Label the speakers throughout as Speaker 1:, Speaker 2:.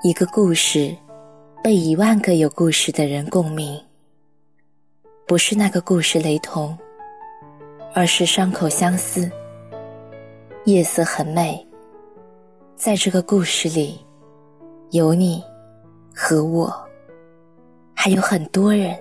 Speaker 1: 一个故事被10000个有故事的人共鸣，不是那个故事雷同，而是伤口相似。夜色很美，在这个故事里有你和我，还有很多人。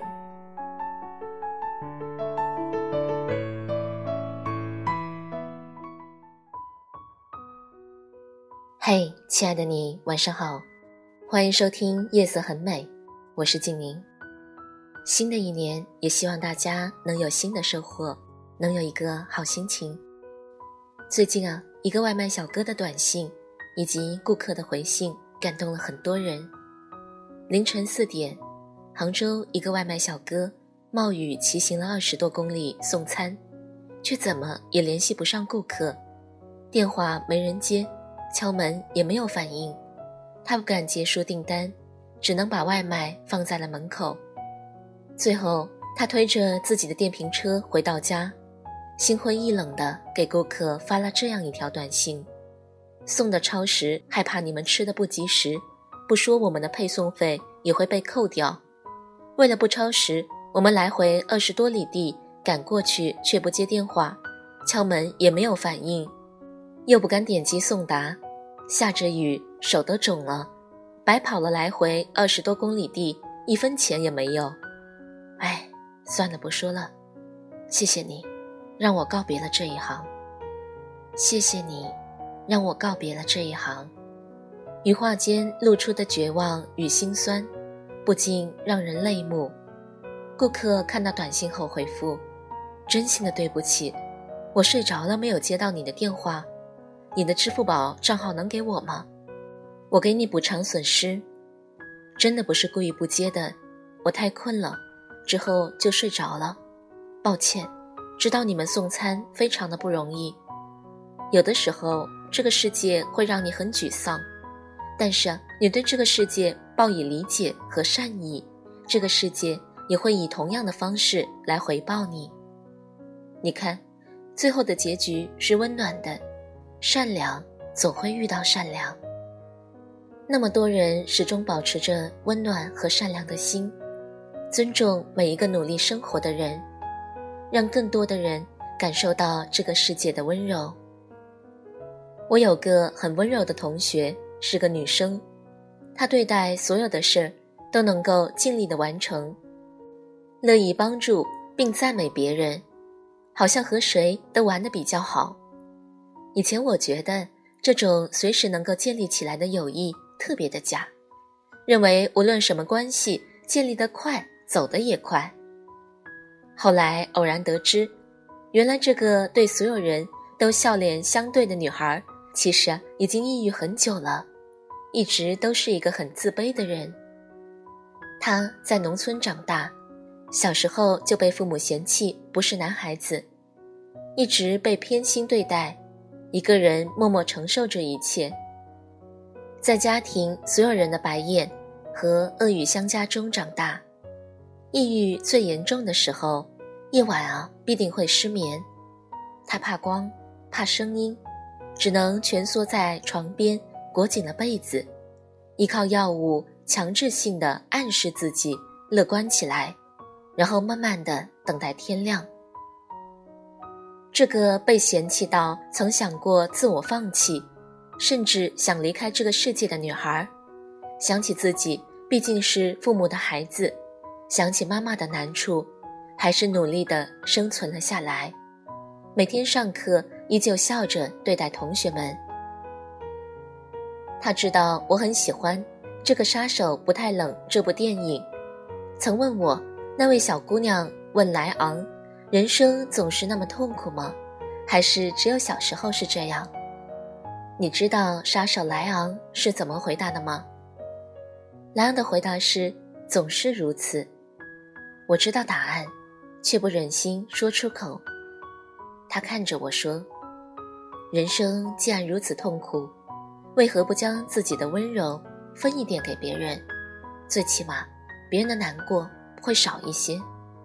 Speaker 1: 嘿，亲爱的你，晚上好，欢迎收听夜色很美，我是静宁。新的一年，也希望大家能有新的收获，能有一个好心情。最近一个外卖小哥的短信以及顾客的回信感动了很多人。凌晨4点，杭州一个外卖小哥冒雨骑行了20多公里送餐，却怎么也联系不上顾客，电话没人接，敲门也没有反应。他不敢结束订单，只能把外卖放在了门口。最后他推着自己的电瓶车回到家，心灰意冷地给顾客发了这样一条短信：送的超时，害怕你们吃的不及时，不说我们的配送费也会被扣掉。为了不超时，我们来回20多里地赶过去，却不接电话，敲门也没有反应，又不敢点击送达，下着雨，手都肿了，白跑了来回20多公里地，1分钱也没有。哎，算了，不说了，谢谢你让我告别了这一行，谢谢你让我告别了这一行。语话间露出的绝望与心酸，不禁让人泪目。顾客看到短信后回复：真心的对不起，我睡着了没有接到你的电话，你的支付宝账号能给我吗？我给你补偿损失。真的不是故意不接的，我太困了，之后就睡着了，抱歉，知道你们送餐非常的不容易。有的时候这个世界会让你很沮丧，但是你对这个世界抱以理解和善意，这个世界也会以同样的方式来回报你。你看，最后的结局是温暖的，善良总会遇到善良。那么多人始终保持着温暖和善良的心，尊重每一个努力生活的人，让更多的人感受到这个世界的温柔。我有个很温柔的同学，是个女生，她对待所有的事儿都能够尽力地完成，乐意帮助并赞美别人，好像和谁都玩得比较好。以前我觉得这种随时能够建立起来的友谊特别的假，认为无论什么关系建立得快，走得也快。后来偶然得知，原来这个对所有人都笑脸相对的女孩，其实已经抑郁很久了，一直都是一个很自卑的人。她在农村长大，小时候就被父母嫌弃不是男孩子，一直被偏心对待，一个人默默承受着一切。在家庭所有人的白眼和恶语相加中长大，抑郁最严重的时候，夜晚必定会失眠。他怕光，怕声音，只能蜷缩在床边，裹紧了被子，依靠药物强制性地暗示自己乐观起来，然后慢慢地等待天亮。这个被嫌弃到曾想过自我放弃，甚至想离开这个世界的女孩，想起自己毕竟是父母的孩子，想起妈妈的难处，还是努力地生存了下来。每天上课依旧笑着对待同学们。他知道我很喜欢《这个杀手不太冷》这部电影，曾问我，那位小姑娘问莱昂，人生总是那么痛苦吗？还是只有小时候是这样？你知道杀手莱昂是怎么回答的吗？莱昂的回答是，总是如此。我知道答案，却不忍心说出口。他看着我说，人生既然如此痛苦，为何不将自己的温柔分一点给别人？最起码别人的难过会少一些。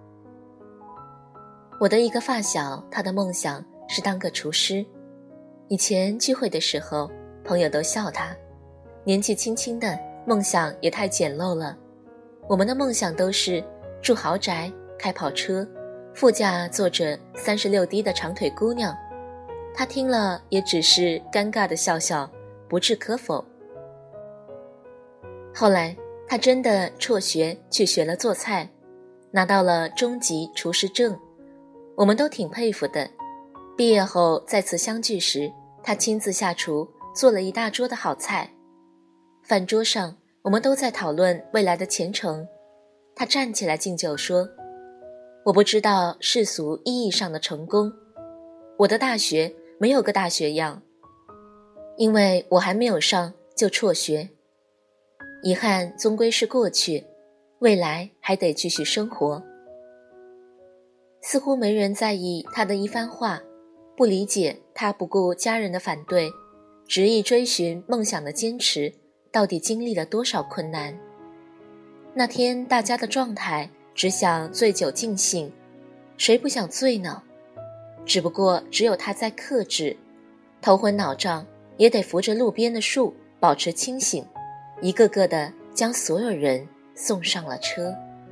Speaker 1: 我的一个发小，他的梦想是当个厨师。以前聚会的时候，朋友都笑他，年纪轻轻的梦想也太简陋了。我们的梦想都是住豪宅，开跑车，副驾坐着36D 的长腿姑娘。他听了也只是尴尬的笑笑，不置可否。后来他真的辍学去学了做菜，拿到了中级厨师证，我们都挺佩服的。毕业后再次相聚时，他亲自下厨做了一大桌的好菜。饭桌上我们都在讨论未来的前程，他站起来敬酒说，我不知道世俗意义上的成功，我的大学没有个大学样，因为我还没有上就辍学。遗憾终归是过去，未来还得继续生活。似乎没人在意他的一番话，不理解他不顾家人的反对，执意追寻梦想的坚持到底经历了多少困难。那天大家的状态只想醉酒尽兴，谁不想醉呢？只不过只有他在克制，头昏脑胀也得扶着路边的树保持清醒，一个个的将所有人送上了车。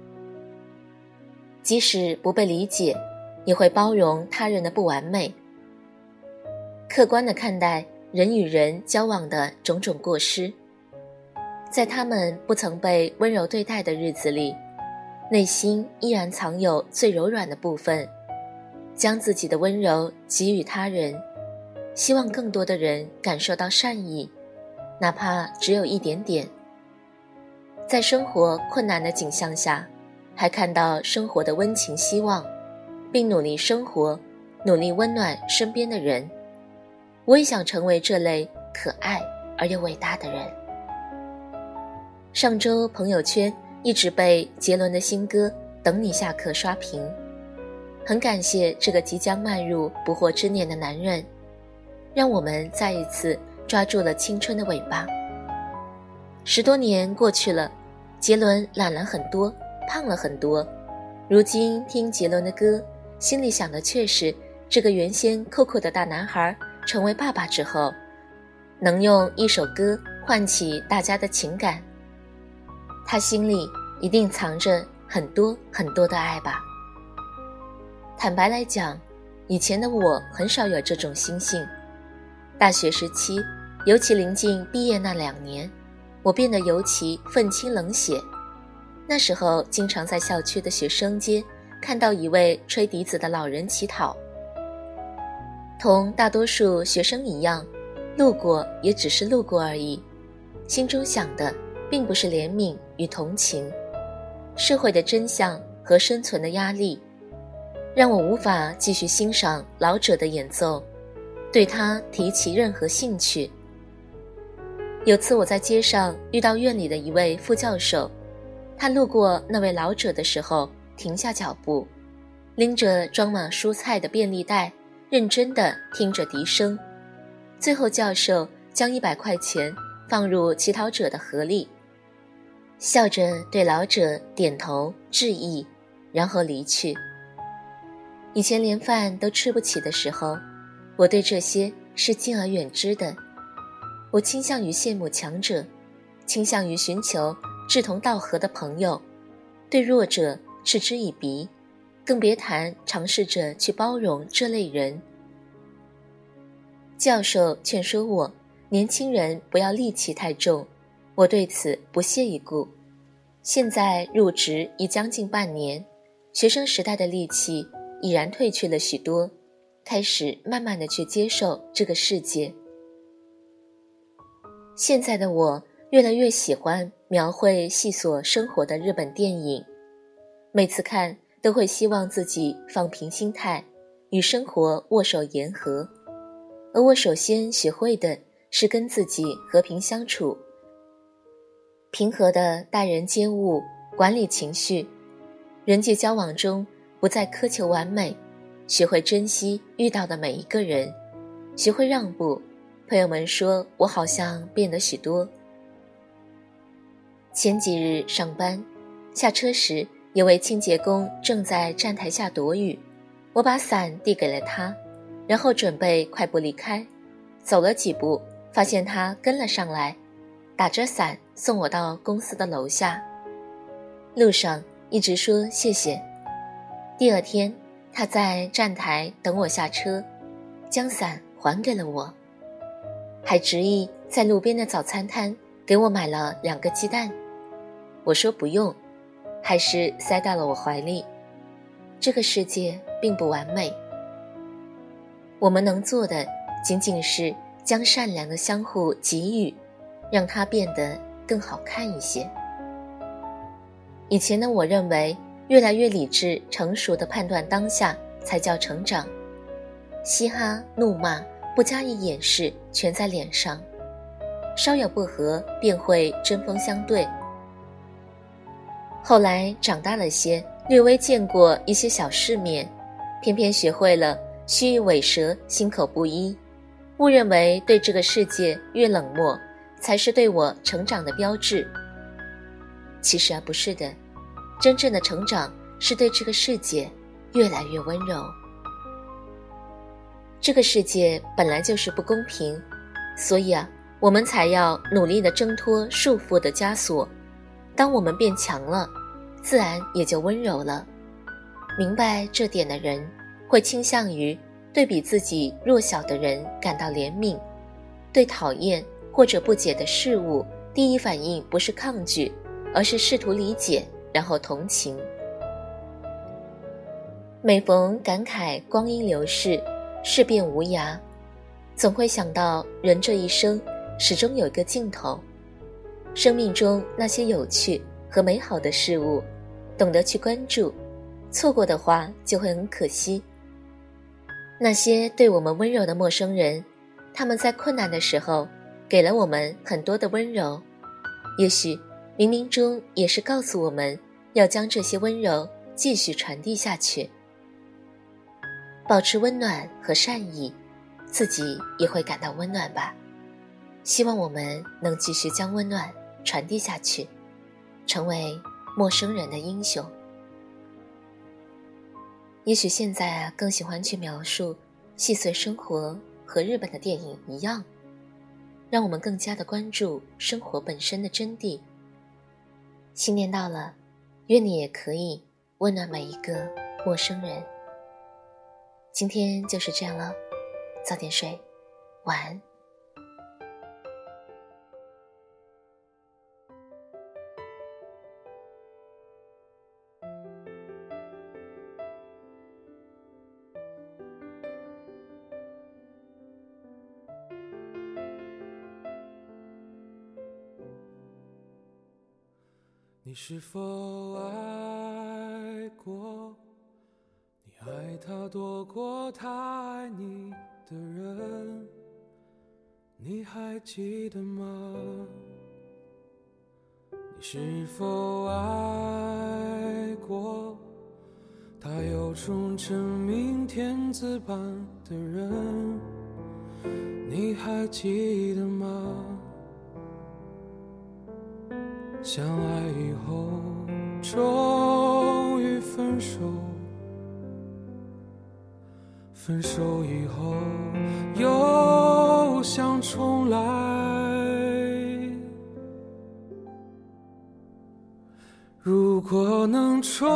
Speaker 1: 即使不被理解，也会包容他人的不完美，客观地看待人与人交往的种种过失。在他们不曾被温柔对待的日子里，内心依然藏有最柔软的部分，将自己的温柔给予他人，希望更多的人感受到善意，哪怕只有一点点。在生活困难的景象下，还看到生活的温情希望，并努力生活，努力温暖身边的人。我也想成为这类可爱而又伟大的人。上周朋友圈一直被杰伦的新歌《等你下课》刷屏，很感谢这个即将迈入不惑之年的男人，让我们再一次抓住了青春的尾巴。10多年过去了，杰伦懒了很多，胖了很多，如今听杰伦的歌，心里想的却是这个原先酷酷的大男孩成为爸爸之后，能用一首歌唤起大家的情感。他心里一定藏着很多很多的爱吧。坦白来讲，以前的我很少有这种心性。大学时期，尤其临近毕业那2年，我变得尤其愤青冷血。那时候经常在校区的学生街看到一位吹笛子的老人乞讨。同大多数学生一样，路过也只是路过而已，心中想的并不是怜悯与同情。社会的真相和生存的压力让我无法继续欣赏老者的演奏，对他提起任何兴趣。有次我在街上遇到院里的一位副教授，他路过那位老者的时候停下脚步，拎着装满蔬菜的便利袋，认真地听着笛声。最后教授将100块钱放入乞讨者的盒里，笑着对老者点头致意，然后离去。以前连饭都吃不起的时候，我对这些是敬而远之的。我倾向于羡慕强者，倾向于寻求志同道合的朋友，对弱者嗤之以鼻，更别谈尝试着去包容这类人。教授劝说我，年轻人不要戾气太重，我对此不屑一顾。现在入职已将近半年，学生时代的戾气已然褪去了许多，开始慢慢地去接受这个世界。现在的我越来越喜欢描绘细琐生活的日本电影，每次看都会希望自己放平心态，与生活握手言和。而我首先学会的是跟自己和平相处，平和地待人接物，管理情绪，人际交往中不再苛求完美，学会珍惜遇到的每一个人，学会让步。朋友们说我好像变得许多。前几日上班，下车时有位清洁工正在站台下躲雨，我把伞递给了他，然后准备快步离开。走了几步，发现他跟了上来，打着伞送我到公司的楼下，路上一直说谢谢。第二天，他在站台等我下车，将伞还给了我，还执意在路边的早餐摊给我买了2个鸡蛋。我说不用，还是塞到了我怀里。这个世界并不完美，我们能做的仅仅是将善良的相互给予，让它变得更好看一些。以前的我认为越来越理智成熟地判断当下才叫成长，嘻哈怒骂不加以掩饰全在脸上，稍有不和便会针锋相对。后来长大了些，略微见过一些小世面，偏偏学会了虚与委蛇心口不一，误认为对这个世界越冷漠才是对我成长的标志。其实不是的，真正的成长是对这个世界越来越温柔。这个世界本来就是不公平，所以我们才要努力地挣脱束缚的枷锁。当我们变强了，自然也就温柔了。明白这点的人，会倾向于对比自己弱小的人感到怜悯，对讨厌或者不解的事物，第一反应不是抗拒，而是试图理解，然后同情。每逢感慨光阴流逝，事变无涯，总会想到人这一生始终有一个尽头。生命中那些有趣和美好的事物，懂得去关注，错过的话就会很可惜。那些对我们温柔的陌生人，他们在困难的时候给了我们很多的温柔，也许冥冥中也是告诉我们要将这些温柔继续传递下去。保持温暖和善意，自己也会感到温暖吧。希望我们能继续将温暖传递下去，成为陌生人的英雄。也许现在更喜欢去描述细碎生活，和日本的电影一样，让我们更加的关注生活本身的真谛。新年到了，愿你也可以温暖每一个陌生人。今天就是这样了，早点睡，晚安。
Speaker 2: 你是否爱过？你爱他多过他爱你的人，你还记得吗？你是否爱过？他有种真命天子般的人，你还记得吗？相爱以后终于分手，分手以后又想重来。如果能重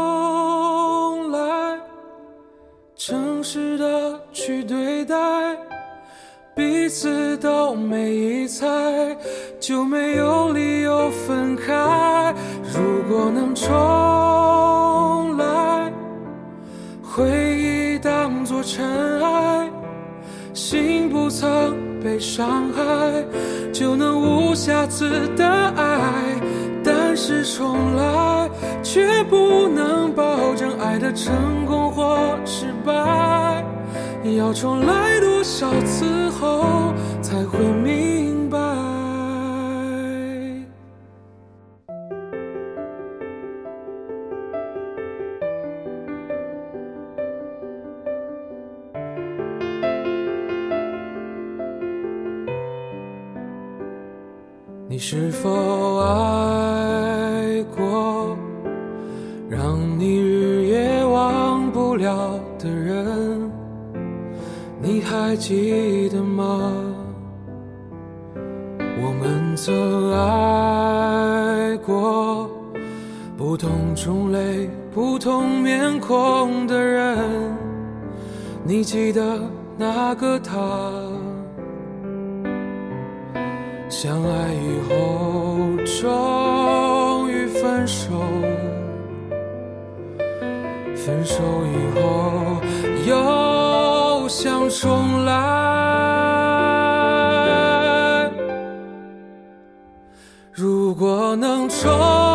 Speaker 2: 来，诚实的去对待，彼此都没疑猜，就没有理由分开。如果能重来，回忆当作尘埃，心不曾被伤害，就能无瑕疵的爱。但是重来，却不能保证爱的成功或失败。要重来多少次后才会明白？你是否爱过，让你日夜忘不了的人？你还记得吗？我们曾爱不同种类不同面孔的人，你记得那个他？相爱以后终于分手，分手以后又想重来。如果能重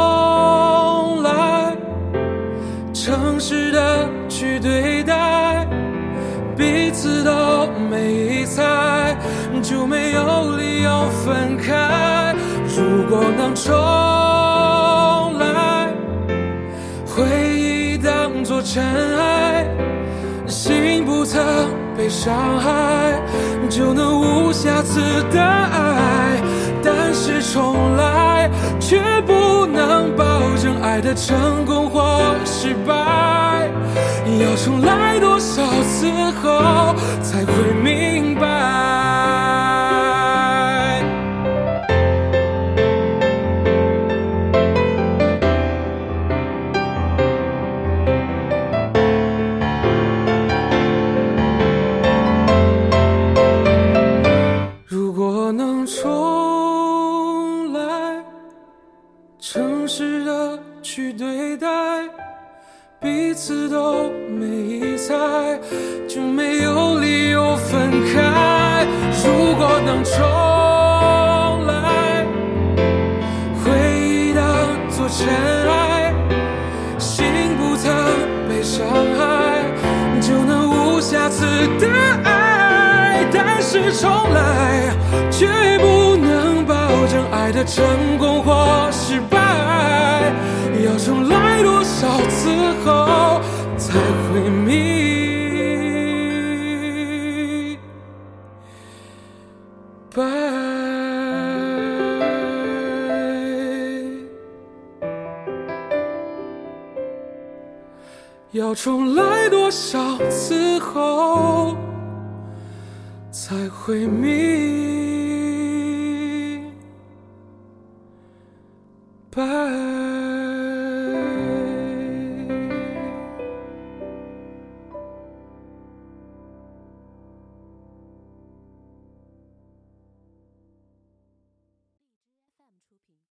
Speaker 2: 来，诚实的去对待，彼此都没猜，就没有理由分开。如果能重来，回忆当作尘埃，心不曾被伤害，就能无瑕疵的爱。但是重来却不能保证爱的成功或失败，要重来多少次后才会明白。如果能重来，诚实的去对待，彼此都没猜，就没有理由分开。如果能重来，回忆当作尘埃，心不曾被伤害，就能无瑕疵的爱。但是重来却不能保证爱的成功或失败，要重来多少次后才会明白。要重来多少次后才会明白。